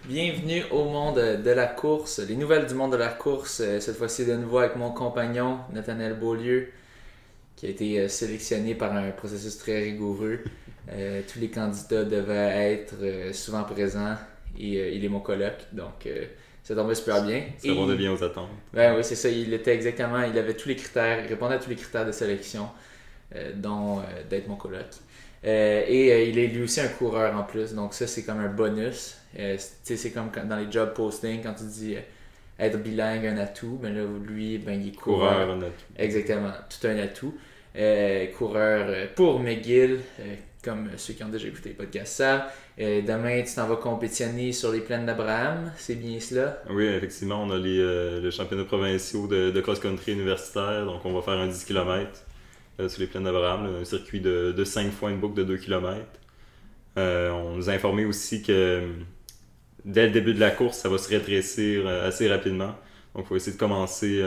Bienvenue au monde de la course, les nouvelles du monde de la course, cette fois-ci de nouveau avec mon compagnon Nathanaël Beaulieu, qui a été sélectionné par un processus très rigoureux. Tous les candidats devaient être souvent présents et il est mon coloc, donc ça tombait super bien. Ça répondait bien aux attentes. Ben oui, c'est ça, il avait tous les critères, il répondait à tous les critères de sélection, dont d'être mon coloc. Il est lui aussi un coureur en plus, donc ça c'est comme un bonus. C'est comme dans les job postings, quand tu dis être bilingue, un atout, ben là lui, il est coureur. Un atout. Exactement, tout un atout. Coureur pour McGill, comme ceux qui ont déjà écouté les podcasts savent. Demain, tu t'en vas compétitionner sur les plaines d'Abraham, c'est bien cela? Oui, effectivement, on a les championnats provinciaux de cross-country universitaire, donc on va faire un 10 km sur les plaines d'Abraham, un circuit de 5 fois une boucle de 2 km. On nous a informé aussi que dès le début de la course, ça va se rétrécir assez rapidement. Donc, il faut essayer de commencer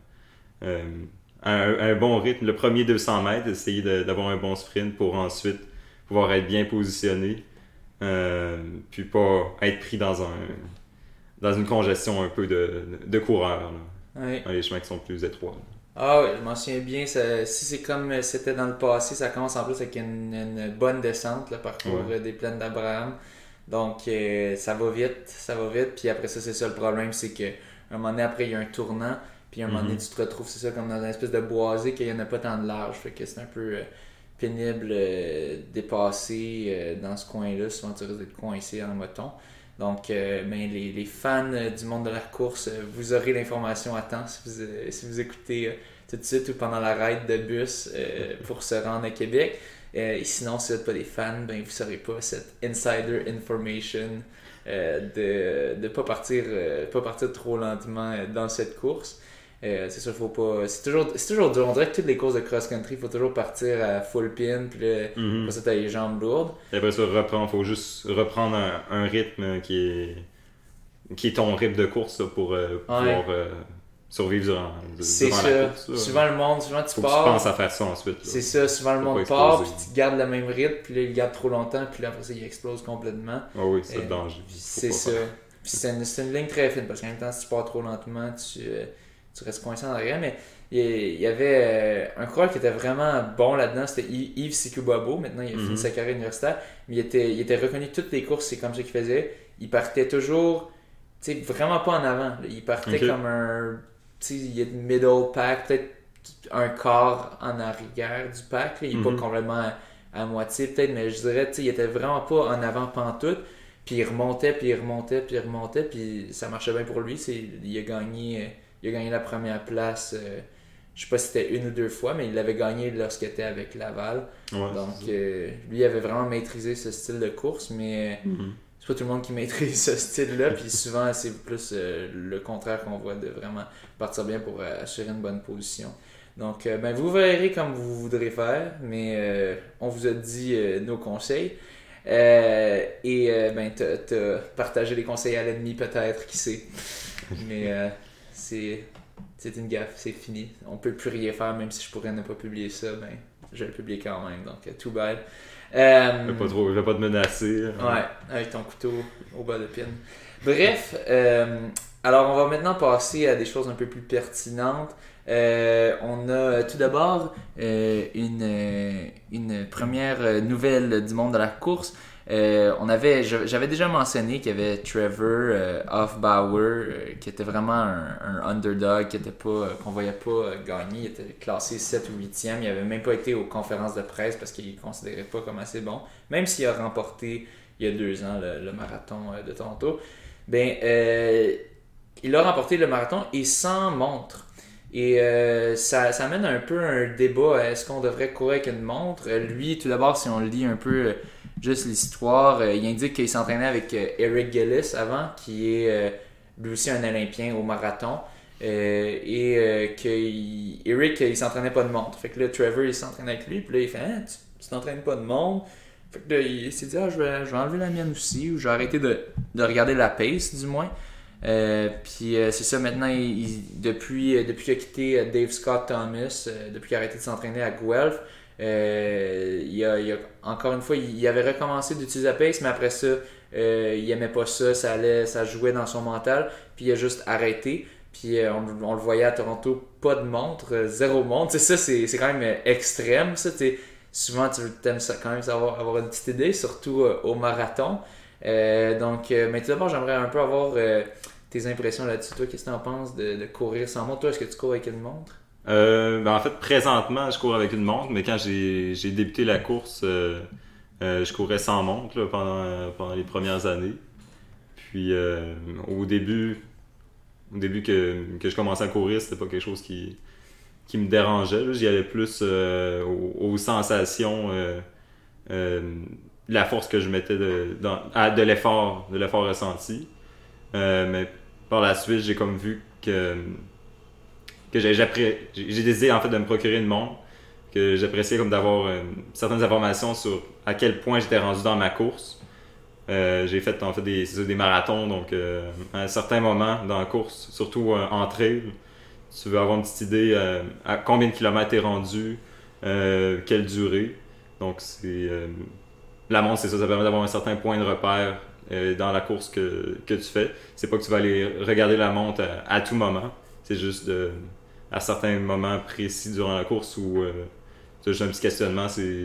un bon rythme. Le premier 200 mètres, essayer d'avoir un bon sprint pour ensuite pouvoir être bien positionné. Puis pas être pris dans une congestion un peu de coureurs Oui. dans les chemins qui sont plus étroits. Ah oui, je m'en souviens bien. Si c'est comme c'était dans le passé, ça commence en plus avec une bonne descente, le parcours des plaines d'Abraham. Donc ça va vite. Puis après ça, c'est ça le problème, c'est qu'à un moment donné, après, il y a un tournant. Puis à un moment donné, tu te retrouves, c'est ça, comme dans une espèce de boisé qu'il n'y en a pas tant de large. Fait que c'est un peu pénible dépasser dans ce coin-là. Souvent, tu risques d'être coincé en moton. Donc, les fans du monde de la course, vous aurez l'information à temps si vous écoutez tout de suite ou pendant la ride de bus pour se rendre à Québec. Et sinon, si vous n'êtes pas des fans, vous ne saurez pas cette insider information de ne pas partir trop lentement dans cette course. C'est sûr, faut pas. C'est toujours dur. On dirait que toutes les courses de cross-country, il faut toujours partir à full pin, puis là, après ça, t'as les jambes lourdes. Et après ça, faut juste reprendre un rythme qui est ton rythme de course pour pouvoir survivre durant la course. Souvent, tu faut pars. Que tu penses à faire ça ensuite. C'est ça, souvent le monde part, puis tu gardes le même rythme, puis là, il garde trop longtemps, puis là, après ça, il explose complètement. Ah oui, c'est le danger. C'est ça. Puis c'est une ligne très fine, parce qu'en même temps, si tu pars trop lentement, tu restes coincé en arrière, mais il y avait un coureur qui était vraiment bon là-dedans, c'était Yves Sikubabo. Maintenant il a fini sa carrière universitaire, mais il était reconnu toutes les courses, c'est comme ça qu'il faisait. Il partait toujours, tu sais, vraiment pas en avant, il partait comme un, tu sais, il y a de middle pack, peut-être un quart en arrière du pack, là. Il est pas complètement à moitié peut-être, mais je dirais, tu sais, il était vraiment pas en avant pantoute, puis il remontait, puis ça marchait bien pour lui. Il a gagné la première place, je sais pas si c'était une ou deux fois, mais il l'avait gagné lorsqu'il était avec Laval. Donc, lui, il avait vraiment maîtrisé ce style de course, mais c'est pas tout le monde qui maîtrise ce style-là. Puis souvent, c'est plus le contraire qu'on voit, de vraiment partir bien pour assurer une bonne position. Donc, vous verrez comme vous voudrez faire, mais on vous a dit nos conseils. T'as partagé les conseils à l'ennemi peut-être, qui sait. Mais c'est une gaffe, c'est fini. On peut plus rien faire, même si je pourrais ne pas publier ça, je vais le publier quand même, donc too bad. Je vais pas te menacer. Ouais, avec ton couteau au bas de pin. Bref, alors on va maintenant passer à des choses un peu plus pertinentes. On a tout d'abord une première nouvelle du monde de la course. J'avais déjà mentionné qu'il y avait Trevor Hoffbauer qui était vraiment un underdog, qu'on voyait pas gagner. Il était classé 7 ou 8e. Il n'avait même pas été aux conférences de presse parce qu'il ne considérait pas comme assez bon. Même s'il a remporté il y a 2 ans le marathon de Toronto. Il a remporté le marathon et sans montre. Et ça amène un peu un débat. Est-ce qu'on devrait courir avec une montre? Lui, tout d'abord, si on lit un peu juste l'histoire, il indique qu'il s'entraînait avec Eric Gillis avant, qui est lui aussi un Olympien au marathon. Eric, il s'entraînait pas de montre. Fait que là, Trevor, il s'entraîne avec lui. Puis là, il fait tu t'entraînes pas de montre? Fait que là, il s'est dit je vais enlever la mienne aussi, ou je vais arrêter de regarder la pace, du moins. C'est ça, maintenant, depuis qu'il a quitté Dave Scott Thomas, depuis qu'il a arrêté de s'entraîner à Guelph, il a encore une fois, il avait recommencé d'utiliser la pace, mais après ça, il aimait pas ça, ça jouait dans son mental, puis il a juste arrêté. Puis on le voyait à Toronto, pas de montre, zéro montre. Ça, c'est quand même extrême. Ça, souvent, tu aimes ça, quand même avoir une petite idée, surtout au marathon. Mais tout d'abord, j'aimerais un peu avoir tes impressions là-dessus. Toi, qu'est-ce que tu en penses de courir sans montre? Toi, est-ce que tu cours avec une montre? En fait, présentement, je cours avec une montre, mais quand j'ai débuté la course, je courais sans montre là, pendant les premières années. Puis au début que je commençais à courir, c'était pas quelque chose qui me dérangeait. Là. J'y allais plus aux sensations, la force que je mettais de l'effort ressenti. Mais par la suite, j'ai comme vu que j'ai décidé en fait de me procurer une montre, que j'appréciais comme d'avoir certaines informations sur à quel point j'étais rendu dans ma course. J'ai fait en fait des marathons, donc à un certain moment dans la course, surtout en trail, tu veux avoir une petite idée à combien de kilomètres t'es rendu, quelle durée. Donc la montre, c'est ça permet d'avoir un certain point de repère dans la course que tu fais. C'est pas que tu vas aller regarder la montre à tout moment, c'est juste à certains moments précis durant la course où tu as juste un petit questionnement,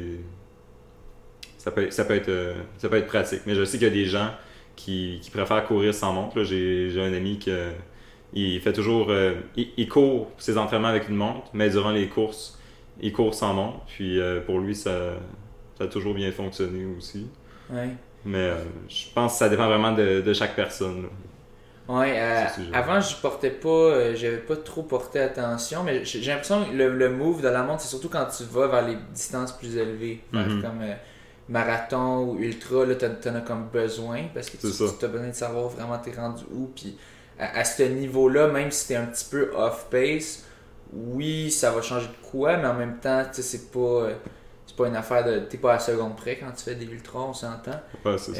ça peut être pratique. Mais je sais qu'il y a des gens qui préfèrent courir sans montre. Là, j'ai un ami il fait toujours il court ses entraînements avec une montre, mais durant les courses, il court sans montre. Puis pour lui, ça a toujours bien fonctionné aussi. Ouais. Mais je pense que ça dépend vraiment de chaque personne. Là. Ouais, avant j'y portais pas, j'avais pas trop porté attention, mais j'ai l'impression que le move de la montre, c'est surtout quand tu vas vers les distances plus élevées, comme marathon ou ultra, là t'en as comme besoin, parce que tu as besoin de savoir vraiment t'es rendu où, puis à ce niveau-là, même si t'es un petit peu off-pace, oui, ça va changer de quoi, mais en même temps, tu sais, c'est pas une affaire de... T'es pas à la seconde près quand tu fais des ultras, on s'entend. Ouais, c'est ça.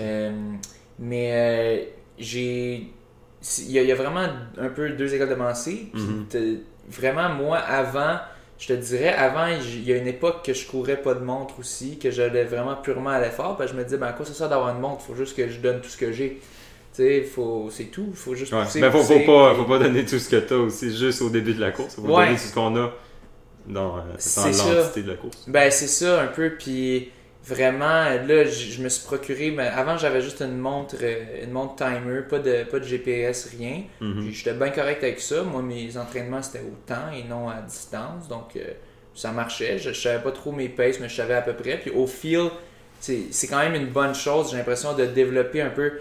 Il y a vraiment un peu deux écoles de pensée. Vraiment, moi, je te dirais, il y a une époque que je courais pas de montre aussi, que j'allais vraiment purement à l'effort. Puis je me disais, à quoi ça sert d'avoir une montre? Faut juste que je donne tout ce que j'ai. Tu sais, c'est tout. Il faut juste pousser. Mais faut pas donner tout ce que t'as aussi, juste au début de la course. Faut donner tout ce qu'on a dans l'entité de la course. Ben, c'est ça, un peu. Puis vraiment, là, je me suis procuré. Mais avant, j'avais juste une montre timer, pas de GPS, rien. Puis j'étais bien correct avec ça. Moi, mes entraînements, c'était au temps et non à distance. Donc, ça marchait. Je savais pas trop mes paces, mais je savais à peu près. Puis au feel, c'est quand même une bonne chose. J'ai l'impression de développer un peu,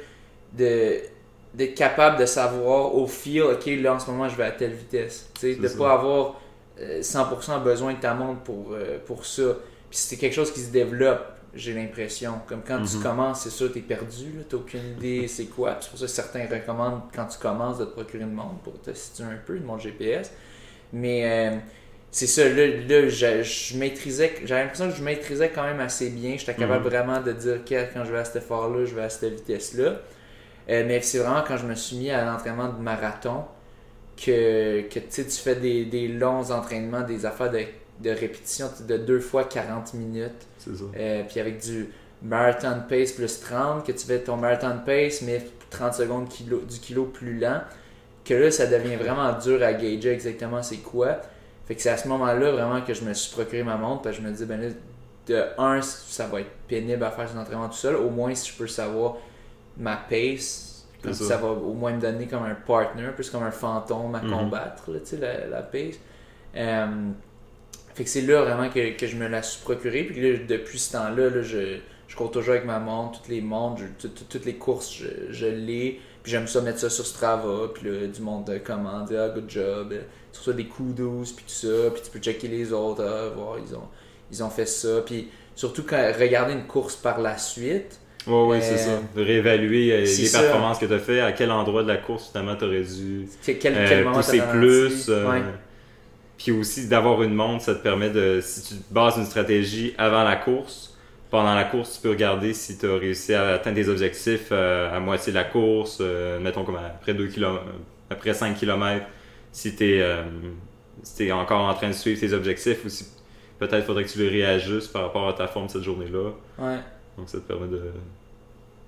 d'être capable de savoir au feel, ok, là, en ce moment, je vais à telle vitesse. Tu sais, de pas avoir 100% besoin de ta montre pour ça. Puis c'est quelque chose qui se développe, j'ai l'impression. Comme quand tu commences, c'est sûr, t'es perdu, t'as aucune idée c'est quoi. Puis c'est pour ça que certains recommandent, quand tu commences, de te procurer une montre pour te situer un peu, une montre GPS. Mais c'est ça, là je maîtrisais, j'avais l'impression que je maîtrisais quand même assez bien. J'étais capable vraiment de dire, ok, quand je vais à cet effort-là, je vais à cette vitesse-là. Mais c'est vraiment quand je me suis mis à l'entraînement de marathon que tu fais des longs entraînements, des affaires de répétition de 2 fois 40 minutes. C'est ça. Puis avec du marathon pace plus 30, que tu fais ton marathon pace, mais 30 secondes du kilo plus lent, que là, ça devient vraiment dur à gager exactement c'est quoi. Fait que c'est à ce moment-là vraiment que je me suis procuré ma montre, parce que je me dis, ben là, de 1, ça va être pénible à faire cet entraînement tout seul. Au moins, si je peux savoir ma pace, ça va au moins me donner comme un partner, plus comme un fantôme à combattre, là, la pace. Fait que c'est là vraiment que je me la suis procurée. Puis là, depuis ce temps-là, là, je cours toujours avec ma montre, toutes les montres, toutes les courses, je l'ai. Puis j'aime ça mettre ça sur Strava, puis là, du monde commande, good job, sur ça des kudos, puis tout ça. Puis tu peux checker les autres, voir, ils ont fait ça. Puis surtout quand regarder une course par la suite. Oui, c'est ça. De réévaluer les performances que tu as fait, à quel endroit de la course finalement tu aurais dû pousser plus. Puis aussi d'avoir une montre, ça te permet si tu bases une stratégie avant la course, pendant la course, tu peux regarder si tu as réussi à atteindre tes objectifs à moitié de la course, mettons comme après 5 km, si tu es encore en train de suivre tes objectifs ou si peut-être faudrait que tu les réajustes par rapport à ta forme cette journée-là. Ouais. Donc ça te permet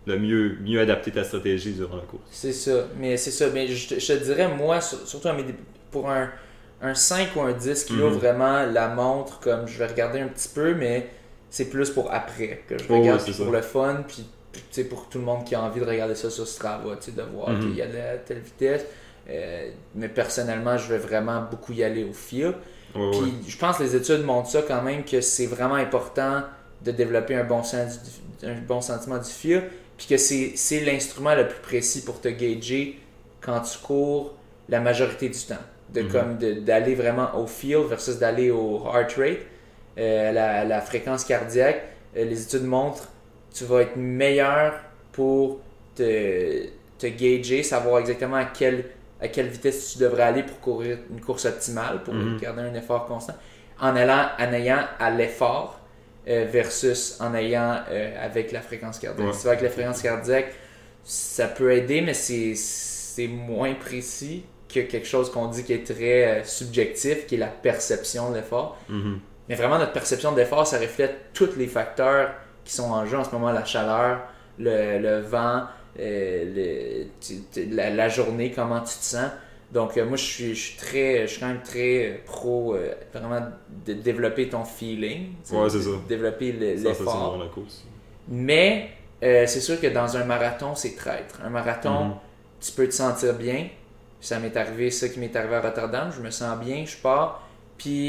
de mieux adapter ta stratégie durant la course. C'est ça. Mais je te dirais, moi, surtout pour un 5 ou un 10 kg, vraiment, la montre, comme je vais regarder un petit peu, mais c'est plus pour après que je regarde pour le fun, puis pour tout le monde qui a envie de regarder ça sur Strava, de voir qu'il y a de telle vitesse. Mais personnellement, je vais vraiment beaucoup y aller au fil. Puis je pense que les études montrent ça quand même, que c'est vraiment important de développer un bon sentiment du fil, puis que c'est l'instrument le plus précis pour te gager quand tu cours la majorité du temps. D'aller vraiment au feel versus d'aller au heart rate, la fréquence cardiaque. Les études montrent que tu vas être meilleur pour te gager, savoir exactement à quelle vitesse tu devrais aller pour courir une course optimale, pour garder un effort constant, en ayant à l'effort versus en ayant avec la fréquence cardiaque. Si tu vas avec la fréquence cardiaque, ça peut aider, mais c'est moins précis que quelque chose qu'on dit qui est très subjectif, qui est la perception de l'effort. Mais vraiment, notre perception de l'effort, ça reflète tous les facteurs qui sont en jeu en ce moment, la chaleur, le vent, la journée, comment tu te sens. Donc moi je suis quand même très pro vraiment de développer ton feeling, développer l'effort. Mais c'est sûr que dans un marathon, c'est traître. Un marathon, tu peux te sentir bien. Ça m'est arrivé, ça qui m'est arrivé à Rotterdam, je me sens bien, je pars, puis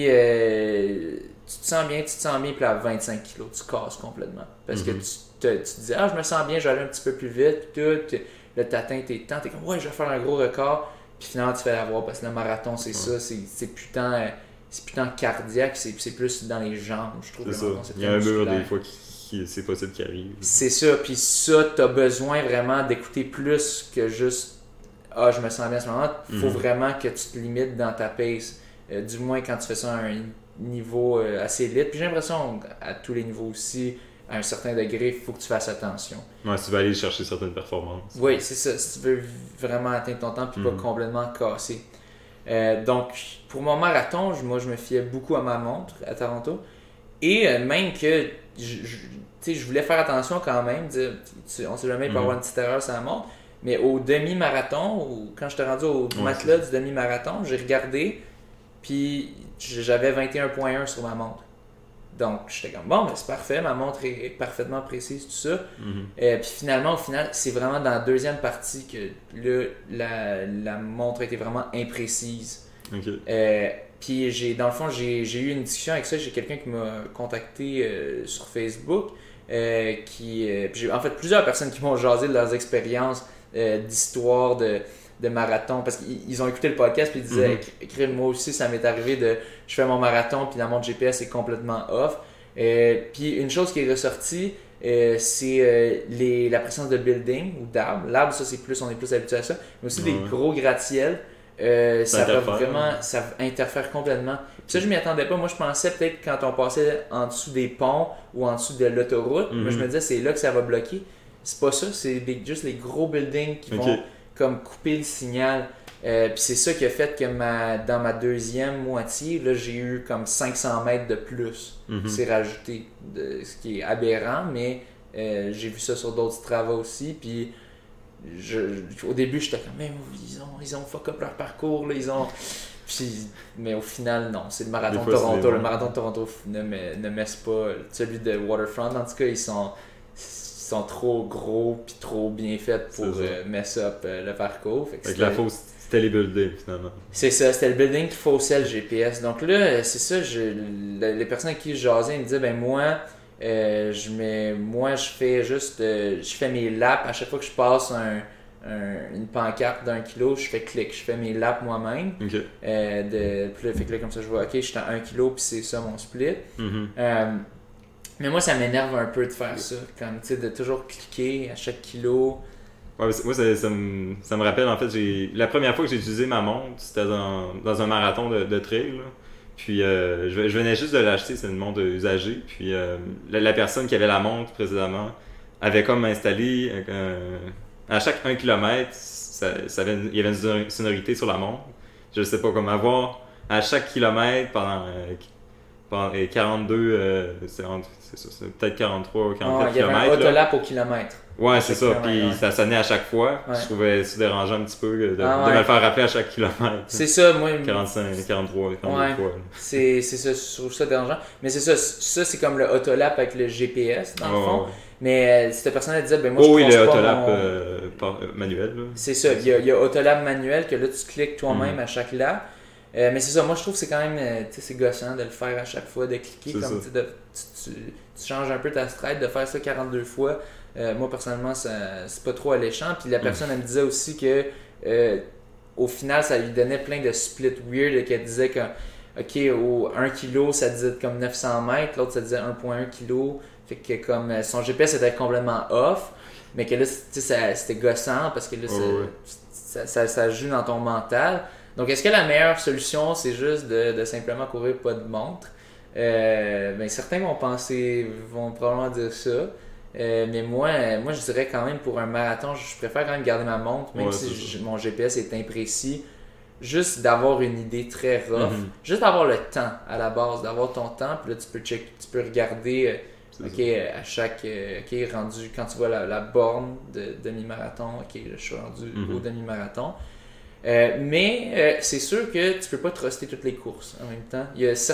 tu te sens bien, puis à 25 kilos, tu casses complètement. Parce que tu te dis, je me sens bien, je vais aller un petit peu plus vite, puis tout, là t'atteins tes temps, t'es comme, ouais, je vais faire un gros record, puis finalement tu fais l'avoir, parce que le marathon, c'est ça, c'est plus tant cardiaque, c'est plus dans les jambes, je trouve. C'est ça, il y a un mur des fois qui c'est possible qu'il arrive. C'est ça, puis ça, t'as besoin vraiment d'écouter plus que juste je me sens bien à ce moment. Il faut vraiment que tu te limites dans ta pace. Du moins quand tu fais ça à un niveau assez élite. Puis j'ai l'impression à tous les niveaux aussi, à un certain degré, il faut que tu fasses attention. Ouais, si tu veux aller chercher certaines performances. Oui, c'est ça. Si tu veux vraiment atteindre ton temps puis pas complètement casser. Donc, pour mon marathon, moi, je me fiais beaucoup à ma montre à Toronto. Et même que je voulais faire attention quand même. On sait jamais, il peut y avoir une petite erreur sur la montre. Mais au demi-marathon, ou quand j'étais rendu au matelas du demi-marathon, j'ai regardé, puis j'avais 21.1 sur ma montre. Donc, j'étais comme, bon, c'est parfait, ma montre est parfaitement précise, tout ça. Puis finalement, au final, c'est vraiment dans la deuxième partie que la montre était vraiment imprécise. Puis, dans le fond, j'ai eu une discussion avec ça. J'ai quelqu'un qui m'a contacté sur Facebook. Puis en fait, plusieurs personnes qui m'ont jasé de leurs expériences d'histoire de marathon, parce qu'ils ont écouté le podcast puis ils disaient moi aussi ça m'est arrivé je fais mon marathon puis la montre GPS est complètement off. Puis une chose qui est ressortie, c'est la présence de building ou d'arbres. L'arbre, ça on est plus habitué à ça, mais aussi des gros gratte-ciel. Ça interfère complètement. Puis ça, je m'y attendais pas. Moi, je pensais peut-être quand on passait en dessous des ponts ou en dessous de l'autoroute, moi, je me disais c'est là que ça va bloquer. C'est pas ça, c'est juste les gros buildings qui vont comme couper le signal. Puis c'est ça qui a fait que dans ma deuxième moitié, là, j'ai eu comme 500 mètres de plus. C'est rajouté, ce qui est aberrant, mais j'ai vu ça sur d'autres Strava aussi. Puis au début, j'étais comme, mais ils ont fuck up leur parcours, là, mais au final, non, c'est le marathon de Toronto. Le marathon de Toronto ne messe pas. Celui de Waterfront, en tout cas, ils sont trop gros puis trop bien faits pour mess up le parcours. La fausse, c'était les buildings, finalement. C'est ça, c'était le building qui faussait le GPS. Donc là, c'est ça, les personnes avec qui je jasais, ils me disaient, moi, je fais juste, je fais mes laps à chaque fois que je passe une pancarte d'1 kilo, je fais clic, je fais mes laps moi-même. Puis là, comme ça, je vois, ok, je suis à 1 kilo, puis c'est ça mon split. Mais moi, ça m'énerve un peu de faire ça, comme tu sais, de toujours cliquer à chaque kilo. Ouais, moi, ça me rappelle, en fait, la première fois que j'ai utilisé ma montre, c'était dans un marathon de trail, là. Puis je venais juste de l'acheter, c'est une montre usagée. Puis la personne qui avait la montre précédemment avait comme installé à chaque 1 km, il y avait une sonorité sur la montre. Je sais pas, comme avoir à chaque kilomètre pendant 42, c'est peut-être 43 ou 44 km. Il y avait un autolap au kilomètre. Ouais, c'est ça. kilomètre, Puis ouais. ça sonnait à chaque fois. Ouais. Je trouvais ça dérangeant un petit peu de Ah, me ouais. le faire rappeler à chaque kilomètre. C'est ça, moi. 45, 43, 42 Ouais. fois. C'est ça, je trouve ça dérangeant. Mais c'est ça, c'est comme le autolap avec le GPS, dans le fond. Ouais. Mais cette personne, elle disait, ben moi, Oh oui, je le pense pas autolap mon... manuel. Là. C'est ça, il y a autolap manuel que là, tu cliques toi-même à chaque lap. Mais c'est ça, moi, je trouve que c'est quand même, tu sais, c'est gossant de le faire à chaque fois, de cliquer, C'est comme tu changes un peu ta stride, de faire ça 42 fois. Moi, personnellement, c'est pas trop alléchant. Puis la personne, elle me disait aussi que au final, ça lui donnait plein de splits weird, qu'elle disait que, ok, au 1 kg, ça disait comme 900 mètres, l'autre, ça disait 1,1 kg. Fait que comme son GPS était complètement off, mais que là, tu sais, c'était gossant parce que là, ça joue dans ton mental. Donc, est-ce que la meilleure solution, c'est juste de simplement courir pas de montre? Ben, certains vont probablement dire ça. Mais moi, je dirais quand même pour un marathon, je préfère quand même garder ma montre, même si mon GPS est imprécis. Juste d'avoir une idée très rough. Juste d'avoir le temps à la base, d'avoir ton temps, puis là, tu peux regarder. Ok, à chaque. Ok, rendu. Quand tu vois la borne de demi-marathon, ok, là, je suis rendu au demi-marathon. Mais c'est sûr que tu peux pas truster toutes les courses en même temps. Il y a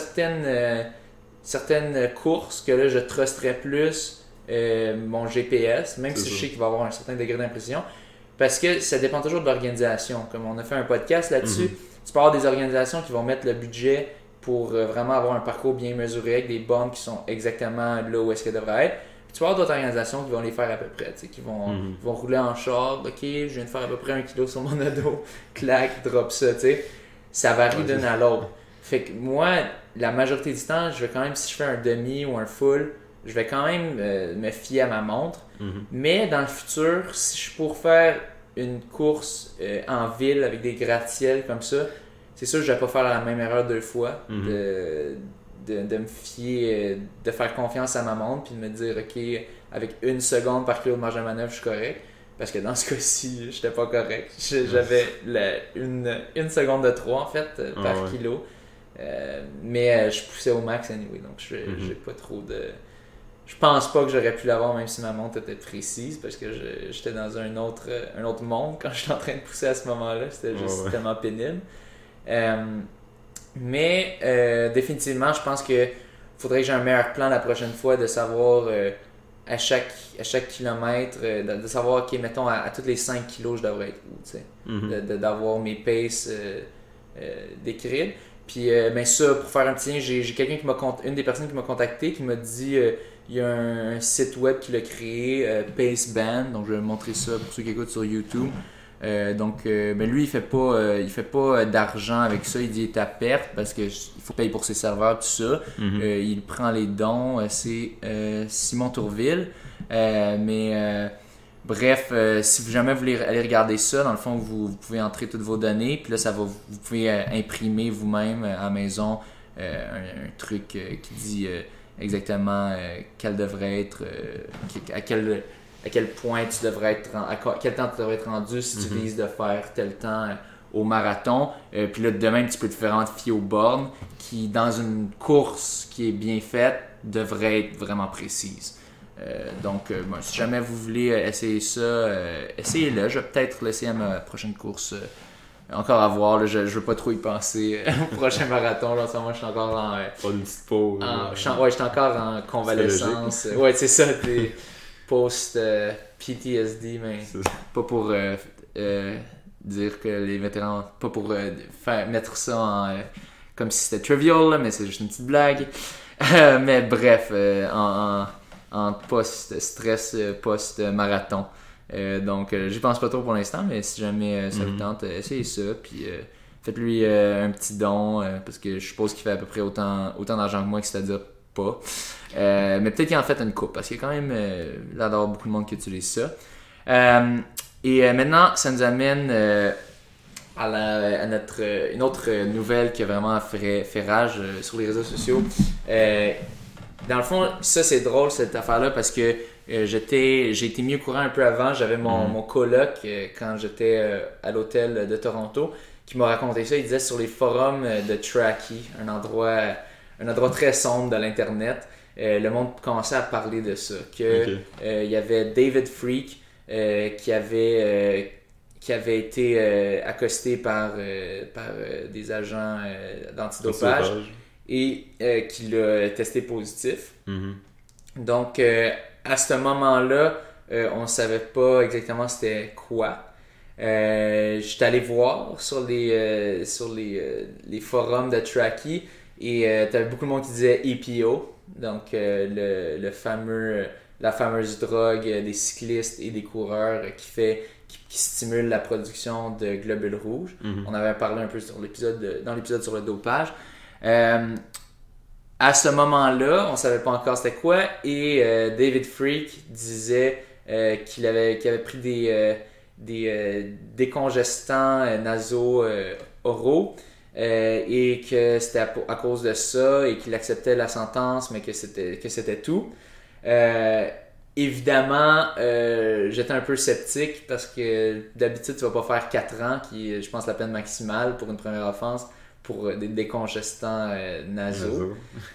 certaines courses que là, je trusterais plus mon GPS, même si je sais qu'il va avoir un certain degré d'imprécision. Parce que ça dépend toujours de l'organisation. Comme on a fait un podcast là-dessus, tu peux avoir des organisations qui vont mettre le budget pour vraiment avoir un parcours bien mesuré avec des bornes qui sont exactement là où est-ce qu'elles devraient être. Puis tu vas avoir d'autres organisations qui vont les faire à peu près, qui vont rouler en char. Ok, je viens de faire à peu près 1 kg sur mon ado, clac, drop ça, tu sais. Ça varie d'une à l'autre. Fait que moi, la majorité du temps, je vais quand même, si je fais un demi ou un full, je vais quand même me fier à ma montre. Mais dans le futur, si je pourrais faire une course en ville avec des gratte-ciels comme ça, c'est sûr que je vais pas faire la même erreur 2 fois, de me fier, de faire confiance à ma montre puis de me dire, ok, avec 1 seconde par kilo de marge de manœuvre, je suis correct. Parce que dans ce cas-ci, j'étais pas correct. J'avais une seconde de 3 en fait par kilo. Mais je poussais au max anyway, donc j'ai pas trop de... Je pense pas que j'aurais pu l'avoir même si ma montre était précise parce que j'étais dans un autre monde quand j'étais en train de pousser à ce moment-là. C'était juste tellement pénible. Mais définitivement, je pense que faudrait que j'ai un meilleur plan la prochaine fois de savoir à chaque kilomètre, de savoir, ok, mettons à tous les 5 kilos, je devrais être où, tu sais. D'avoir mes paces décrites. Puis, ben ça, pour faire un petit lien, j'ai quelqu'un une des personnes qui m'a contacté qui m'a dit il y a un site web qu'il a créé, Paceband, donc je vais montrer ça pour ceux qui écoutent sur YouTube. Ben lui, il fait pas d'argent avec ça, il dit il est à perte parce qu'il faut payer pour ses serveurs, tout ça. Il prend les dons, c'est Simon Tourville. Bref, si jamais vous voulez aller regarder ça, dans le fond, vous pouvez entrer toutes vos données, puis là, vous pouvez imprimer vous-même à la maison un truc qui dit exactement quel devrait être, à quel point tu devrais être, quel temps tu devrais être rendu si tu vises de faire tel temps au marathon. Puis là, de même, tu peux te faire identifier aux bornes qui, dans une course qui est bien faite, devrait être vraiment précise. Donc, si jamais vous voulez essayer ça, essayez-le. Je vais peut-être l'essayer à ma prochaine course. Encore à voir, là, je veux pas trop y penser au prochain marathon. Là, en ce moment, je suis encore en... Pas une petite pause. Je suis encore en convalescence. Ouais, c'est ça, des post-PTSD, mais pas pour dire que les vétérans... Pas pour mettre ça en... comme si c'était trivial, là, mais c'est juste une petite blague. Mais bref, en post-stress, post-marathon. Donc, j'y pense pas trop pour l'instant, mais si jamais ça vous tente, essayez ça. Puis faites-lui un petit don, parce que je suppose qu'il fait à peu près autant d'argent que moi, c'est-à-dire pas. Mais peut-être qu'il en fait une coupe, parce qu'il y a quand même là d'avoir beaucoup de monde qui utilise ça. Et maintenant, ça nous amène à une autre nouvelle qui a vraiment fait rage sur les réseaux sociaux. Dans le fond, ça c'est drôle cette affaire-là parce que j'ai été mis au courant un peu avant. J'avais mon coloc quand j'étais à l'hôtel de Toronto qui m'a raconté ça. Il disait sur les forums de Tracky, un endroit très sombre de l'internet, le monde commençait à parler de ça. Que il y avait David Freak qui avait été accosté par des agents d'antidopage et qui l'a testé positif. Donc, à ce moment-là, on ne savait pas exactement c'était quoi. J'étais allé voir sur les forums de Tracky et t'avais beaucoup de monde qui disait EPO, donc la fameuse drogue des cyclistes et des coureurs qui stimule la production de globules rouges. On avait parlé un peu dans l'épisode sur le dopage. À ce moment-là, on savait pas encore c'était quoi et David Freak disait qu'il avait pris des décongestants nasaux oraux et que c'était à cause de ça et qu'il acceptait la sentence mais que c'était tout. Évidemment, j'étais un peu sceptique parce que d'habitude tu vas pas faire 4 ans qui est je pense la peine maximale pour une première offense pour des décongestants nasaux.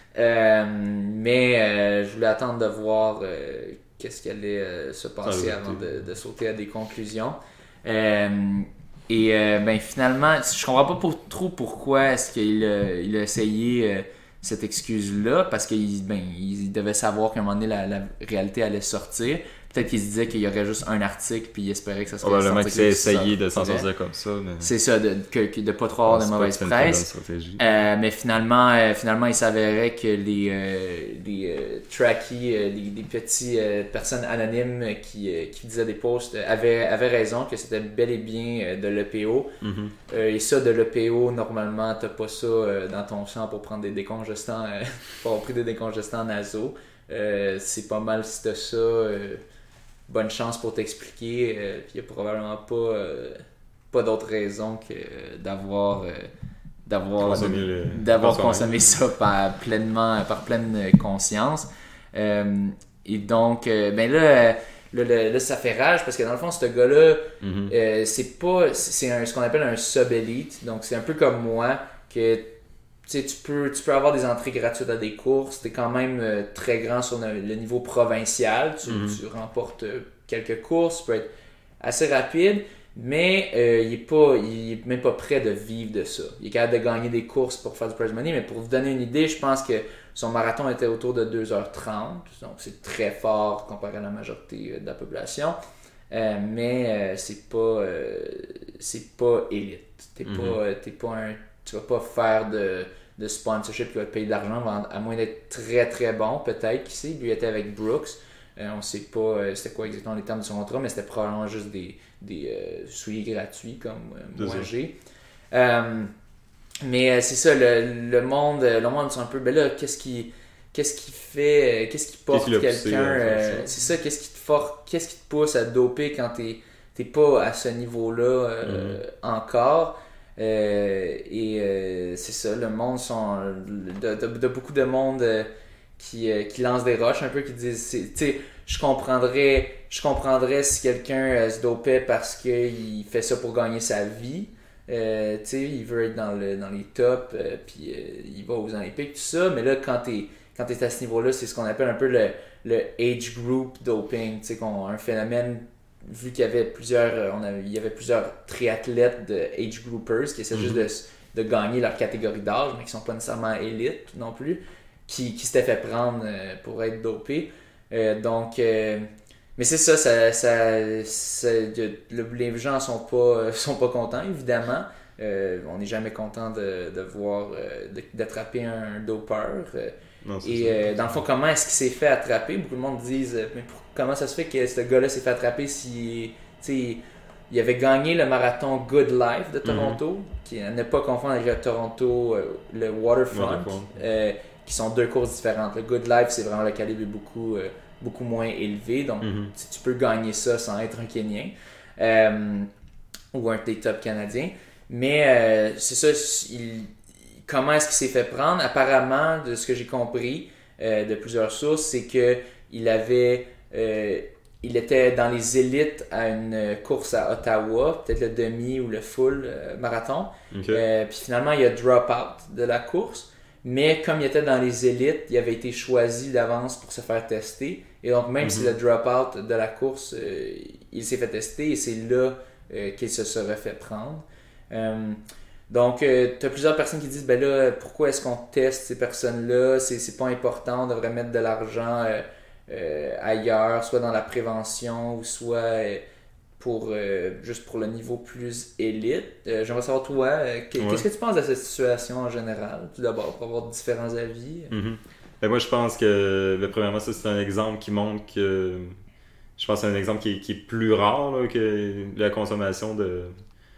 Mais je voulais attendre de voir qu'est-ce qui allait se passer avant de sauter à des conclusions. Ben finalement, je comprends pas trop pourquoi est-ce qu'il a essayé cette excuse-là, parce qu'il devait savoir qu'à un moment donné la réalité allait sortir. Peut-être qu'il se disait qu'il y aurait juste un article puis il espérait que ça serait le mec s'est essayé de s'en sortir comme ça. Mais... C'est ça, de pas trop avoir de mauvaise presse. Mais finalement, il s'avérait que les Tracky, des petits personnes anonymes qui disaient des posts avaient raison que c'était bel et bien de l'EPO. Et ça, de l'EPO, normalement, t'as pas ça dans ton sang pour prendre des décongestants, pour avoir pris des décongestants nasaux. C'est pas mal si t'as ça. Bonne chance pour t'expliquer. Puis il n'y a probablement pas d'autre raison que d'avoir consommé ça par pleine conscience. Et donc, là, ça fait rage parce que dans le fond, ce gars-là, c'est ce qu'on appelle un sub-élite. Donc, c'est un peu comme moi que tu peux avoir des entrées gratuites à des courses. Tu es quand même très grand sur le niveau provincial. Tu remportes quelques courses. Tu peux être assez rapide. Mais il est même pas prêt de vivre de ça. Il est capable de gagner des courses pour faire du prize money. Mais pour vous donner une idée, je pense que son marathon était autour de 2h30. Donc c'est très fort comparé à la majorité de la population. Mais c'est pas élite. Tu vas pas faire de sponsorship qui va te payer de l'argent, à moins d'être très très bon, peut-être, qui sait. Lui était avec Brooks. On sait pas c'était quoi exactement les termes de son contrat, mais c'était probablement juste des souliers gratuits comme moi j'ai. Mais c'est ça, le monde c'est un peu, ben là, qu'est-ce qui porte quelqu'un, c'est ça, qu'est-ce qui te pousse à te doper quand t'es pas à ce niveau-là encore. C'est ça, le monde de beaucoup de monde qui lancent des roches un peu, qui disent je comprendrais si quelqu'un se dopait parce qu'il fait ça pour gagner sa vie. Il veut être dans les tops, puis il va aux Olympiques, tout ça, mais là quand t'es à ce niveau-là, c'est ce qu'on appelle un peu le age group doping, un phénomène. Vu qu'il y avait plusieurs triathlètes de age groupers qui essaient juste de gagner leur catégorie d'âge, mais qui sont pas nécessairement élites non plus, qui s'étaient fait prendre pour être dopés. Mais c'est ça, les gens sont pas contents, évidemment. On n'est jamais content de voir d'attraper un dopeur. Non, dans le fond, comment est-ce qu'il s'est fait attraper? Beaucoup de monde disent mais comment ça se fait que ce gars-là s'est fait attraper si il avait gagné le marathon Good Life de Toronto, qui à ne pas confondre avec le Toronto, le Waterfront, qui sont deux courses différentes. Le Good Life, c'est vraiment le calibre beaucoup moins élevé, donc tu peux gagner ça sans être un Kenyan ou un des top canadiens. Mais c'est ça, comment est-ce qu'il s'est fait prendre? Apparemment, de ce que j'ai compris de plusieurs sources, c'est que il était dans les élites à une course à Ottawa, peut-être le demi ou le full marathon. Puis finalement, il a drop out de la course. mais comme il était dans les élites, il avait été choisi d'avance pour se faire tester. Et donc, même si le drop-out de la course, il s'est fait tester et c'est là qu'il se serait fait prendre. Donc, tu as plusieurs personnes qui disent, ben là, pourquoi est-ce qu'on teste ces personnes-là? C'est pas important, on devrait mettre de l'argent ailleurs, soit dans la prévention ou soit juste pour le niveau plus élite. J'aimerais savoir, toi, qu'est-ce que tu penses de cette situation en général, tout d'abord, pour avoir différents avis? Ben moi, je pense que, premièrement, ça, c'est un exemple qui montre que. Je pense que c'est un exemple qui est plus rare là, que la consommation d'eau,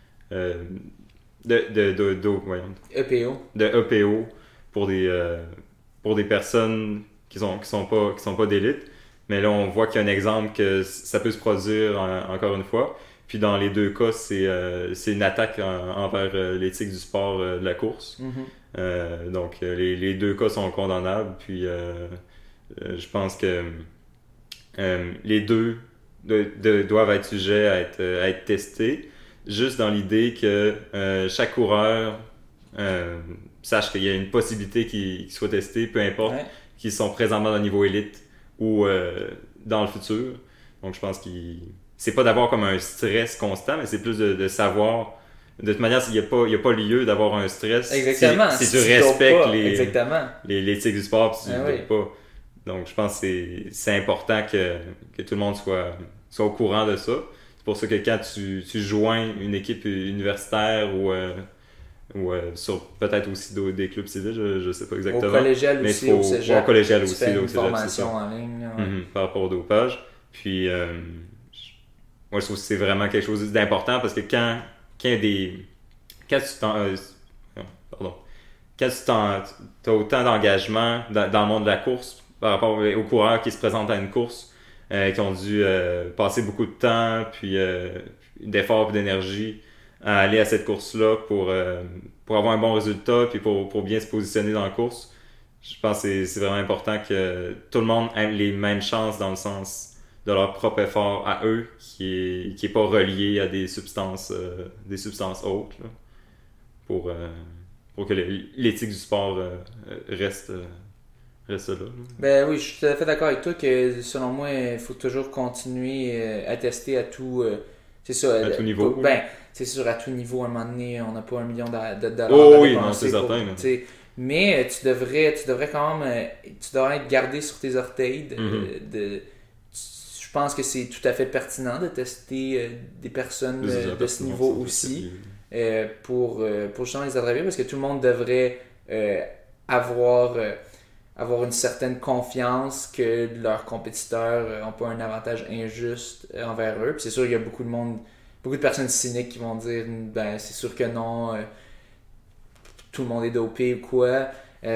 EPO. De EPO pour des personnes qui sont pas d'élite. Mais là, on voit qu'il y a un exemple que ça peut se produire encore une fois. Puis dans les deux cas, c'est une attaque envers l'éthique du sport de la course. Donc les deux cas sont condamnables. Puis je pense que les deux doivent être sujets à être testés. Juste dans l'idée que chaque coureur sache qu'il y a une possibilité qu'il soit testé, peu importe qu'ils sont présentement dans le niveau élite ou dans le futur. Donc je pense que c'est pas d'avoir comme un stress constant, mais c'est plus de savoir. De toute manière, il n'y a pas lieu d'avoir un stress. Exactement. Si tu respectes l'éthique du sport et tu ne dopes pas. Donc je pense que c'est important que tout le monde soit au courant de ça. C'est pour ça que quand tu joins une équipe universitaire ou sur peut-être aussi des clubs civils, je sais pas exactement. Au collégial mais aussi, au cégep. Au collégial aussi, tu fais au une cégep, formation en ligne. Par rapport au dopage. Puis, moi, je trouve que c'est vraiment quelque chose d'important parce que quand tu as autant d'engagement dans le monde de la course par rapport aux coureurs qui se présentent à une course, qui ont dû passer beaucoup de temps, puis d'efforts et d'énergie à aller à cette course-là pour avoir un bon résultat puis pour bien se positionner dans la course. Je pense que c'est vraiment important que tout le monde ait les mêmes chances dans le sens de leur propre effort à eux qui est pas relié à des substances autres là, pour que l'éthique du sport reste là. Ben oui, je suis tout à fait d'accord avec toi que selon moi, il faut toujours continuer à tester à tout. C'est ça. À tout niveau. Ben, c'est sûr, à tout niveau, à un moment donné, on n'a pas $1 million à dépenser. Oh oui, non, c'est certain. Mais tu devrais quand même. Tu devrais être gardé sur tes orteils. Je pense que c'est tout à fait pertinent de tester des personnes de ce niveau aussi pour justement les attraper parce que tout le monde devrait avoir une certaine confiance que leurs compétiteurs n'ont pas un avantage injuste envers eux. Puis c'est sûr qu'il y a beaucoup de personnes cyniques qui vont dire ben c'est sûr que non, tout le monde est dopé ou quoi.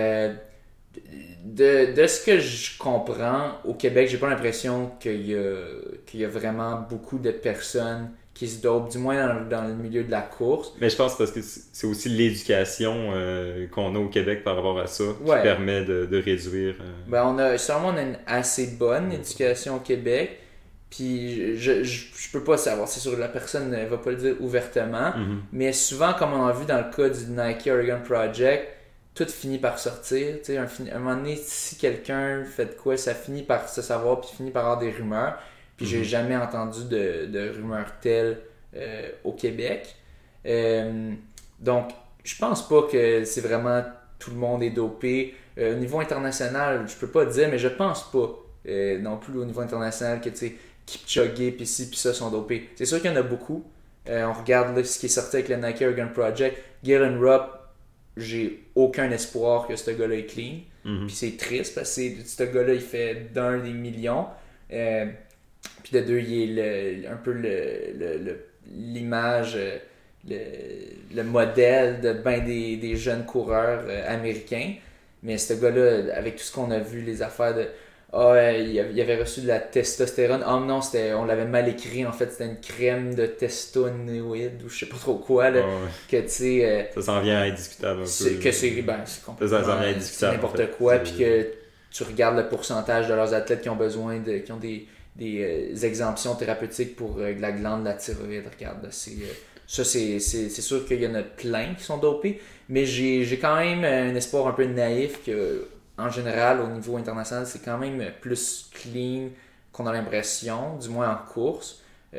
De ce que je comprends, au Québec, j'ai pas l'impression qu'il y a vraiment beaucoup de personnes qui se dopent, du moins dans le milieu de la course. Mais je pense parce que c'est aussi l'éducation qu'on a au Québec par rapport à ça qui permet de réduire. Ben on a une assez bonne éducation au Québec. Puis je peux pas savoir, c'est sûr la personne ne va pas le dire ouvertement, mais souvent comme on a vu dans le cas du Nike Oregon Project, tout finit par sortir. Un moment donné, si quelqu'un fait de quoi, ça finit par se savoir puis finit par avoir des rumeurs. Puis j'ai jamais entendu de rumeurs telles au Québec. Donc je pense pas que c'est vraiment tout le monde est dopé. Au niveau international, je peux pas dire, mais je pense pas non plus au niveau international que tu sais Kipchoge puis ci puis ça sont dopés. C'est sûr qu'il y en a beaucoup. On regarde là, ce qui est sorti avec le Nike Oregon Project. Galen Rupp, j'ai aucun espoir que ce gars-là est clean. Puis c'est triste parce que ce gars-là il fait d'un des millions. Puis de deux, il est un peu l'image, le modèle de ben des jeunes coureurs américains. Mais ce gars-là, avec tout ce qu'on a vu, les affaires de il avait reçu de la testostérone. Oh non, on l'avait mal écrit. En fait, c'était une crème de testonoïde ou je sais pas trop quoi. Là, que tu sais. Ça s'en vient à être discutable un peu. C'est complètement. Ça s'en vient à être discutable. C'est n'importe quoi. Puis que tu regardes le pourcentage de leurs athlètes qui ont besoin qui ont des exemptions thérapeutiques pour la glande de la thyroïde. Regarde, Ça, c'est sûr qu'il y en a plein qui sont dopés, mais j'ai quand même un espoir un peu naïf que, en général, au niveau international, c'est quand même plus clean qu'on a l'impression, du moins en course.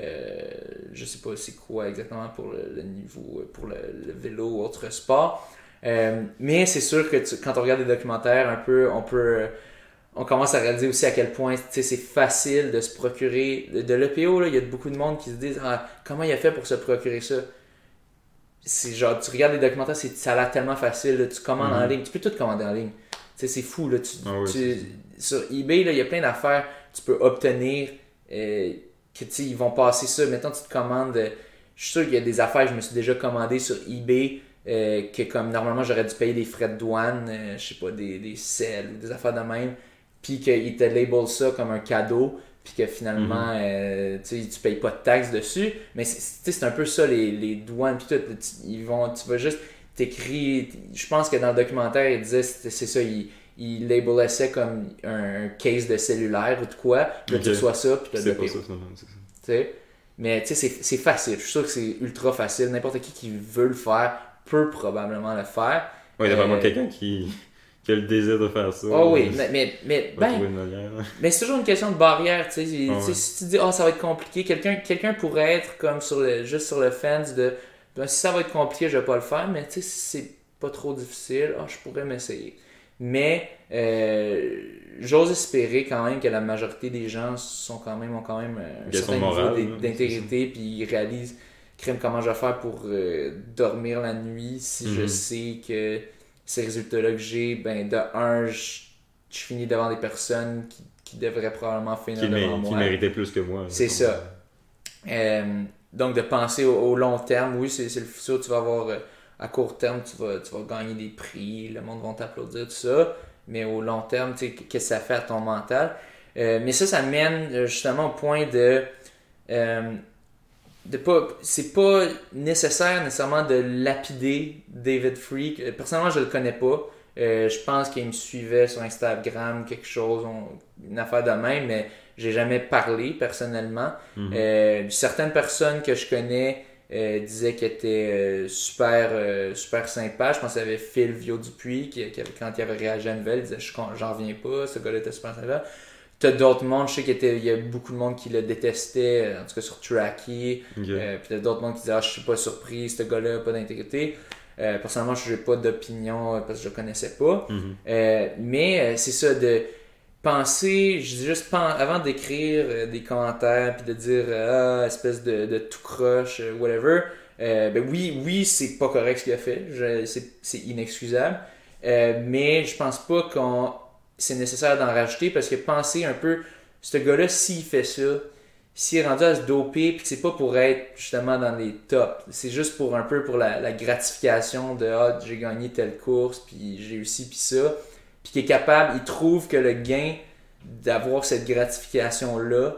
Je sais pas c'est quoi exactement pour le niveau, pour le vélo ou autre sport. Mais c'est sûr que quand on regarde des documentaires un peu, on commence à réaliser aussi à quel point c'est facile de se procurer de l'EPO. Là, il y a beaucoup de monde qui se disent comment il a fait pour se procurer ça. C'est genre, tu regardes les documentaires, ça a l'air tellement facile. Là, tu commandes en ligne, tu peux tout commander en ligne. C'est fou. Là, sur eBay, là, il y a plein d'affaires que tu peux obtenir. Ils vont passer ça. Maintenant, tu te commandes. Je suis sûr qu'il y a des affaires que je me suis déjà commandé sur eBay que comme normalement j'aurais dû payer des frais de douane, je sais pas, des sels ou des affaires de même, puis qu'ils te label ça comme un cadeau, puis que finalement tu payes pas de taxes dessus. Mais c'est un peu ça les douanes, puis tout. Tu vas juste t'écrire. Je pense que dans le documentaire, il disait c'est ça, il labelait ça comme un case de cellulaire ou de quoi, puis tu reçois ça, puis tu as de PO. Mais tu sais, c'est facile. Je suis sûr que c'est ultra facile. N'importe qui veut le faire peut probablement le faire. Oui, il y a vraiment quelqu'un qui a le désir de faire ça. Oh oui, mais c'est toujours une question de barrière. Tu sais, si tu dis ça va être compliqué, quelqu'un pourrait être comme juste sur le fence de si ça va être compliqué, je vais pas le faire, mais tu sais, si c'est pas trop difficile, je pourrais m'essayer. Mais j'ose espérer quand même que la majorité des gens ont quand même un certain niveau d'intégrité, puis ils réalisent comment je vais faire pour dormir la nuit si je sais que ces résultats-là que j'ai, je finis devant des personnes qui devraient probablement finir devant moi. Qui méritaient plus que moi. C'est ça. Donc de penser au long terme, oui, c'est le futur, tu vas avoir... à court terme, tu vas gagner des prix, le monde va t'applaudir, tout ça. Mais au long terme, tu sais, qu'est-ce que ça fait à ton mental? Mais ça mène justement au point de pas... C'est pas nécessairement de lapider David Free. Personnellement, je le connais pas. Je pense qu'il me suivait sur Instagram, quelque chose, une affaire de même, mais j'ai jamais parlé personnellement. Certaines personnes que je connais disait qu'il était super sympa. Je pense qu'il y avait Phil Viau-Dupuis qui quand il avait réagi à une nouvelle, il disait j'en reviens pas, ce gars-là était super sympa. T'as d'autres mondes, je sais qu'il y a beaucoup de monde qui le détestait, en tout cas sur Tracky. Puis t'as d'autres mondes qui disaient je suis pas surpris, ce gars-là pas d'intégrité. Personnellement, je n'ai pas d'opinion parce que je le connaissais pas. Mais c'est ça, de penser, je dis juste avant d'écrire des commentaires puis de dire espèce de tout croche, whatever, oui, c'est pas correct ce qu'il a fait, c'est inexcusable, mais je pense pas c'est nécessaire d'en rajouter parce que penser un peu, ce gars-là, s'il fait ça, s'il est rendu à se doper puis que c'est pas pour être justement dans les tops, c'est juste pour un peu pour la gratification de j'ai gagné telle course puis j'ai réussi puis ça, puis qui est capable, il trouve que le gain d'avoir cette gratification-là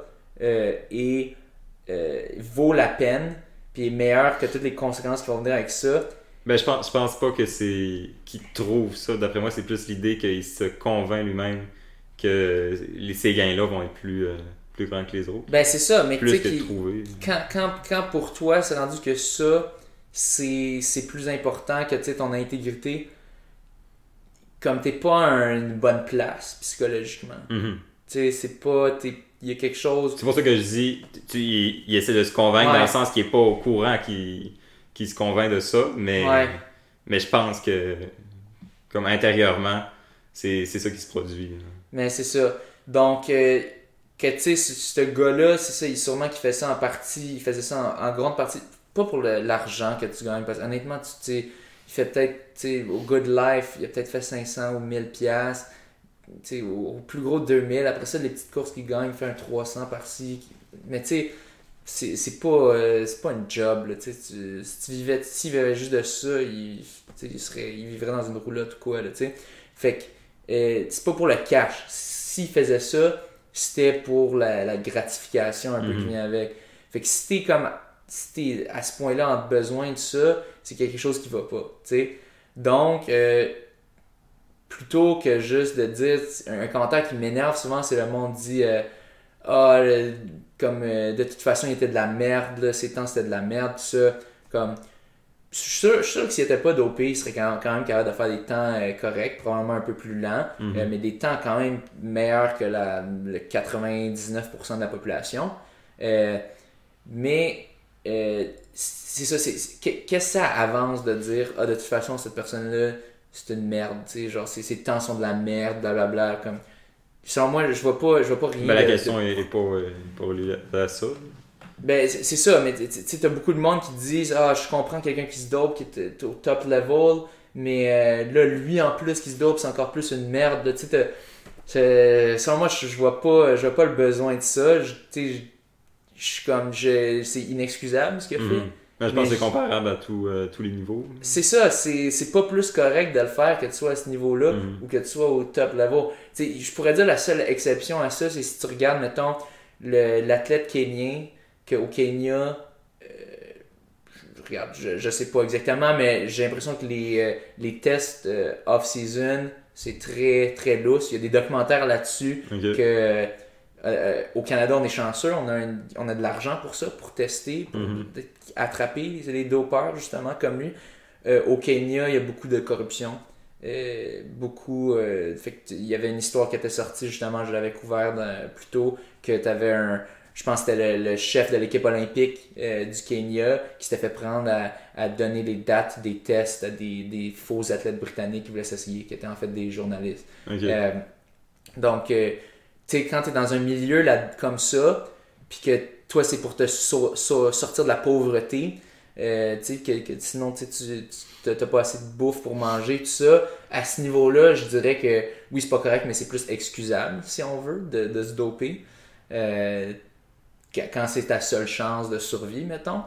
vaut la peine, puis est meilleur que toutes les conséquences qui vont venir avec ça. Je pense pas que c'est qu'il trouve ça. D'après moi, c'est plus l'idée qu'il se convainc lui-même que ces gains-là vont être plus grands que les autres. C'est ça, mais plus que trouver. Quand pour toi, c'est rendu que ça, c'est plus important que ton intégrité, comme t'es pas à une bonne place psychologiquement. C'est pas... Il y a quelque chose... C'est pour ça que je dis, il essaie de se convaincre dans le sens qu'il est pas au courant qu'il se convainc de ça, mais je pense que comme intérieurement, c'est ça qui se produit. Mais c'est ça. Donc, que tu sais, ce gars-là, c'est ça, sûrement qu'il fait ça en partie, il faisait ça en grande partie, pas pour l'argent que tu gagnes, parce que honnêtement, tu sais, il fait peut-être, au Good Life, il a peut-être fait 500 ou 1000 piastres, au plus gros 2000. Après ça, les petites courses qu'il gagne, il fait un 300 par-ci. Mais tu sais, c'est pas une job. Là, s'il vivait juste de ça, il vivrait dans une roulotte ou quoi. Là, fait que c'est pas pour le cash. S'il faisait ça, c'était pour la gratification un peu qui vient avec. Fait que si t'es à ce point-là en besoin de ça, c'est quelque chose qui va pas. T'sais. Donc, plutôt que juste de dire un commentaire qui m'énerve souvent, c'est le monde dit de toute façon il était de la merde, là, ces temps c'était de la merde, tout ça. Comme, je suis sûr que s'il n'était pas dopé, il serait quand même capable de faire des temps corrects, probablement un peu plus lents, mais des temps quand même meilleurs que le 99% de la population. Mais c'est ça, qu'est-ce que ça avance de dire de toute façon cette personne-là c'est une merde, tu sais, genre ses temps sont de la merde, blablabla, comme selon moi je vois pas rien. Mais la question est pas reliée à ça. Ben c'est ça, mais tu sais t'as beaucoup de monde qui disent je comprends quelqu'un qui se dope qui est au top level, mais là lui en plus qui se dope c'est encore plus une merde, tu sais selon moi je vois pas le besoin de ça, tu sais je suis comme c'est inexcusable ce qu'il a fait. Mais je pense que c'est comparable à tous les niveaux. C'est ça, c'est pas plus correct de le faire que tu sois à ce niveau-là ou que tu sois au top level. Tu sais, je pourrais dire la seule exception à ça, c'est si tu regardes, mettons, l'athlète kenyan, qu'au Kenya, regarde, je sais pas exactement, mais j'ai l'impression que les tests off-season, c'est très, très lousse. Il y a des documentaires là-dessus que... au Canada, on est chanceux, on a de l'argent pour ça, pour tester, pour attraper les dopeurs, justement, comme lui. Au Kenya, il y a beaucoup de corruption. Il y avait une histoire qui était sortie, justement, je l'avais couvert plus tôt, que tu avais je pense que c'était le chef de l'équipe olympique du Kenya qui s'était fait prendre à donner les dates des tests à des faux athlètes britanniques qui voulaient s'essayer, qui étaient en fait des journalistes. Donc... tu sais, quand tu es dans un milieu là, comme ça, puis que toi, c'est pour te sortir de la pauvreté, tu sais, que sinon, tu n'as pas assez de bouffe pour manger, tout ça, à ce niveau-là, je dirais que oui, c'est pas correct, mais c'est plus excusable, si on veut, de se doper. Quand c'est ta seule chance de survie, mettons.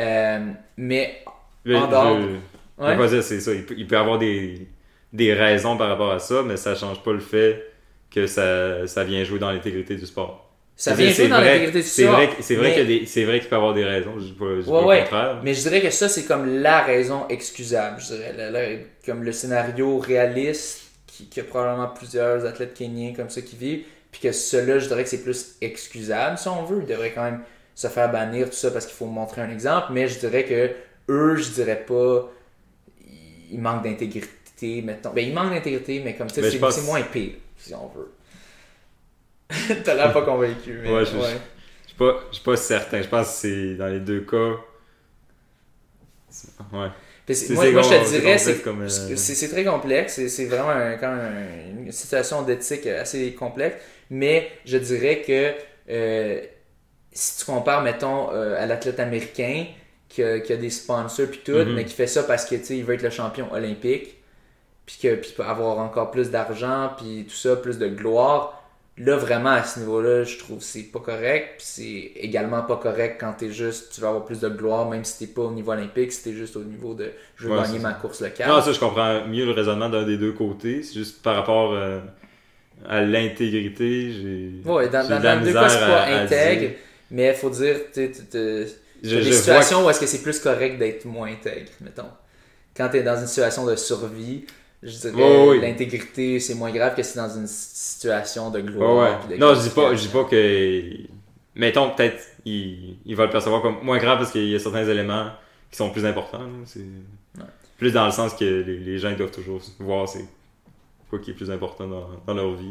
Mais en dehors... c'est ça, il peut y avoir des raisons par rapport à ça, mais ça change pas le fait que ça vient jouer dans l'intégrité du sport. Ça vient jouer dans l'intégrité du sport. C'est vrai qu'il peut y avoir des raisons, je dis pas le contraire. Mais je dirais que ça, c'est comme la raison excusable, je dirais. Comme le scénario réaliste qu'il y a probablement plusieurs athlètes kenyans comme ça qui vivent, puis que cela, je dirais que c'est plus excusable, si on veut. Ils devraient quand même se faire bannir, tout ça, parce qu'il faut montrer un exemple, mais je dirais que eux, je dirais pas, ils manquent d'intégrité, mettons. Ben, ils manquent d'intégrité, mais comme ça, c'est moins pire, si on veut. T'as l'air pas convaincu, mais... Je suis pas certain. Je pense que c'est dans les deux cas... Ouais. Moi, je te dirais, c'est très complexe. C'est vraiment quand même une situation d'éthique assez complexe. Mais je dirais que si tu compares, mettons, à l'athlète américain qui a des sponsors puis tout, mais qui fait ça parce que il veut être le champion olympique, puis peut avoir encore plus d'argent, puis tout ça, plus de gloire. Là, vraiment, à ce niveau-là, je trouve que c'est pas correct. Puis c'est également pas correct quand tu veux avoir plus de gloire, même si t'es pas au niveau olympique, si t'es juste au niveau de je veux gagner ma course locale. Non, ça, je comprends mieux le raisonnement d'un des deux côtés. C'est juste par rapport à l'intégrité, dans les deux cas, c'est pas intègre, mais il faut dire, des situations où est-ce que c'est plus correct d'être moins intègre, mettons. Quand t'es dans une situation de survie, je dirais l'intégrité c'est moins grave que si dans une situation de gloire. Non, je dis pas que mettons peut-être il va le percevoir comme moins grave parce qu'il y a certains éléments qui sont plus importants, c'est plus dans le sens que les gens doivent toujours voir c'est quoi qui est plus important dans leur vie.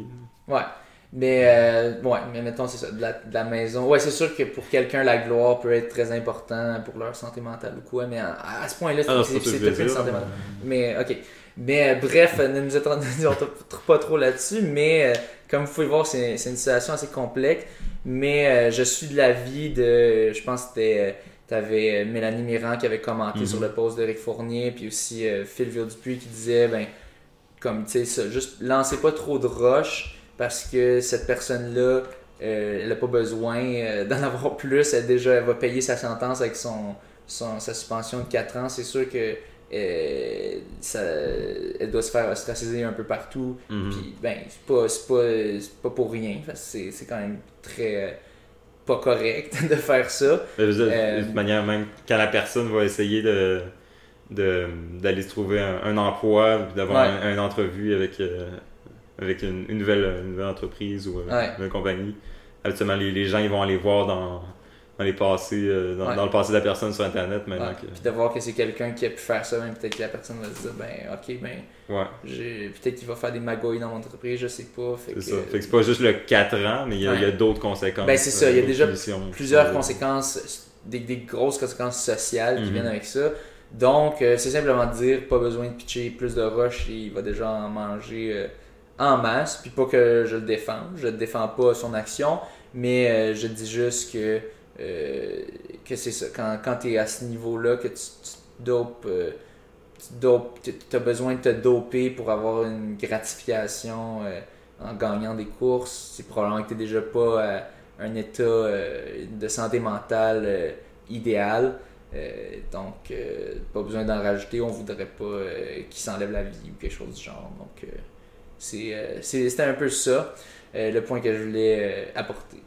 Mais mettons c'est ça, de la maison. C'est sûr que pour quelqu'un la gloire peut être très important pour leur santé mentale ou quoi, mais à ce point-là c'est peut-être une santé mentale. Mais ok. Mais bref, ne nous attendons pas trop là-dessus, mais comme vous pouvez voir, c'est une situation assez complexe. Mais je suis de l'avis de, je pense que t'avais Mélanie Mirand qui avait commenté sur le post d'Éric Fournier, puis aussi Phil Dupuis qui disait, comme tu sais, juste lancez pas trop de roches parce que cette personne-là, elle n'a pas besoin d'en avoir plus. Elle va payer sa sentence avec sa suspension de 4 ans. C'est sûr que elle doit se faire ostraciser un peu partout. Puis c'est pas pour rien. C'est quand même très pas correct de faire ça. De toute manière, même quand la personne va essayer d'aller se trouver un emploi, d'avoir une entrevue avec une nouvelle entreprise ou une compagnie, habituellement les gens ils vont aller voir aller passer dans le passé de la personne sur Internet maintenant. Puis de voir que c'est quelqu'un qui a pu faire ça, même peut-être que la personne va se dire, peut-être qu'il va faire des magouilles dans mon entreprise, je sais pas. C'est ça. Fait que c'est pas juste le 4 ans, mais il y a d'autres conséquences. C'est ça, il y a déjà plusieurs conséquences, des grosses conséquences sociales qui viennent avec ça. Donc, c'est simplement de dire, pas besoin de pitcher plus de rush, il va déjà en manger en masse. Puis pas que je le défende, je ne défends pas son action, mais je dis juste que c'est ça, quand tu es à ce niveau-là, que tu dopes, tu as besoin de te doper pour avoir une gratification en gagnant des courses, c'est probablement que tu n'es déjà pas à un état de santé mentale idéal. Donc, pas besoin d'en rajouter, on voudrait pas qu'il s'enlève la vie ou quelque chose du genre. Donc, c'était un peu ça, le point que je voulais apporter.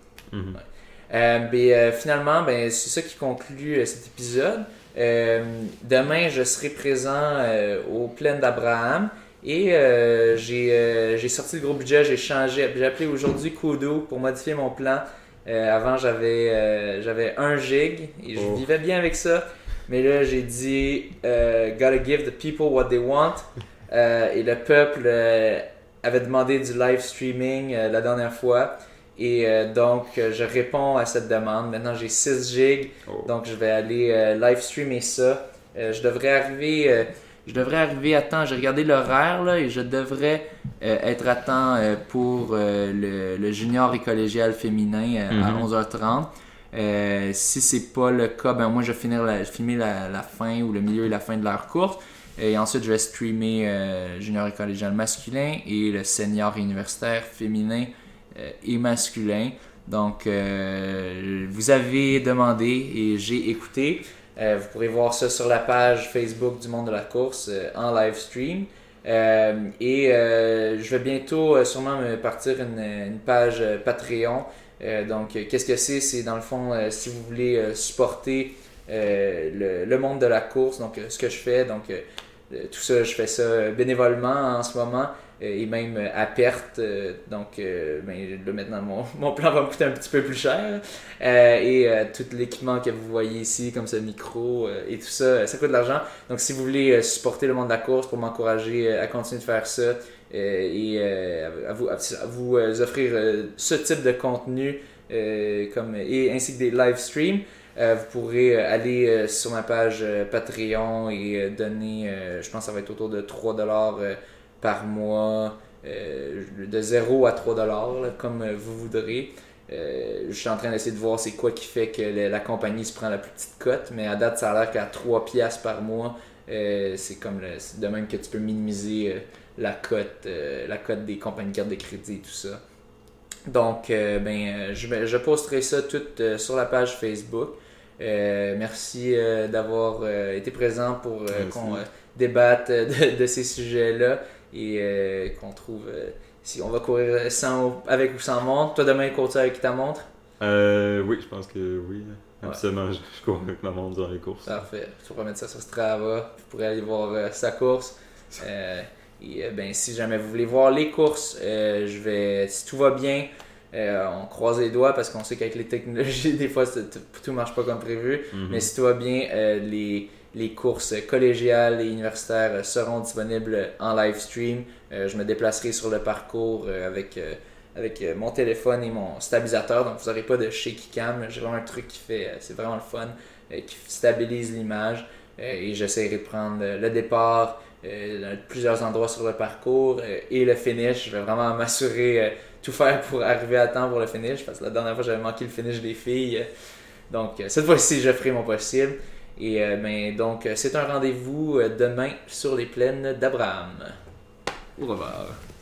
Finalement, c'est ça qui conclut cet épisode. Demain, je serai présent aux Plaines d'Abraham et j'ai sorti le gros budget, j'ai appelé aujourd'hui Kudu pour modifier mon plan. Avant, j'avais 1 gig et je vivais bien avec ça. Mais là, j'ai dit gotta give the people what they want. Et le peuple avait demandé du live streaming la dernière fois. Et donc, je réponds à cette demande. Maintenant, j'ai 6 gigs. Donc, je vais aller live streamer ça. Je devrais arriver à temps. J'ai regardé l'horaire là, et je devrais être à temps pour le junior et collégial féminin à 11h30. Si c'est pas le cas, moi je vais filmer la fin ou le milieu et la fin de leur course. Et ensuite, je vais streamer junior et collégial masculin et le senior et universitaire féminin et masculin. Donc, vous avez demandé et j'ai écouté. Vous pourrez voir ça sur la page Facebook du Monde de la course en live stream. Je vais bientôt sûrement me partir une page Patreon. Donc, qu'est-ce que c'est? C'est dans le fond, si vous voulez supporter le monde de la course, donc ce que je fais. Donc, tout ça, je fais ça bénévolement en ce moment. Et même à perte. Donc, là, maintenant, mon plan va me coûter un petit peu plus cher. Tout l'équipement que vous voyez ici, comme ce micro et tout ça, ça coûte de l'argent. Donc, si vous voulez supporter le monde de la course pour m'encourager à continuer de faire ça à vous offrir ce type de contenu ainsi que des live streams, vous pourrez aller sur ma page Patreon et donner, je pense que ça va être autour de 3$ par mois, de 0 à 3$, là, comme vous voudrez. Je suis en train d'essayer de voir c'est quoi qui fait que la compagnie se prend la plus petite cote, mais à date, ça a l'air qu'à 3$ par mois, c'est de même que tu peux minimiser la cote des compagnies de carte de crédit et tout ça. Donc, je posterai ça tout sur la page Facebook. Merci d'avoir été présent pour qu'on débatte de ces sujets-là. Et qu'on trouve si on va courir avec ou sans montre. Toi, demain, cours-tu avec ta montre? Oui, je pense que oui. Absolument, je cours avec ma montre dans les courses. Parfait. Tu pourras mettre ça sur Strava. Vous pourrez aller voir sa course. Si jamais vous voulez voir les courses, si tout va bien, on croise les doigts parce qu'on sait qu'avec les technologies, des fois, tout marche pas comme prévu. Mais si tout va bien, les courses collégiales et universitaires seront disponibles en live stream. Je me déplacerai sur le parcours avec mon téléphone et mon stabilisateur. Donc, vous n'aurez pas de shaky cam. J'ai vraiment un truc c'est vraiment le fun, qui stabilise l'image. Et j'essaierai de prendre le départ dans plusieurs endroits sur le parcours et le finish. Je vais vraiment m'assurer tout faire pour arriver à temps pour le finish. Parce que la dernière fois, j'avais manqué le finish des filles. Donc, cette fois-ci, je ferai mon possible. Et donc, c'est un rendez-vous demain sur les plaines d'Abraham. Au revoir.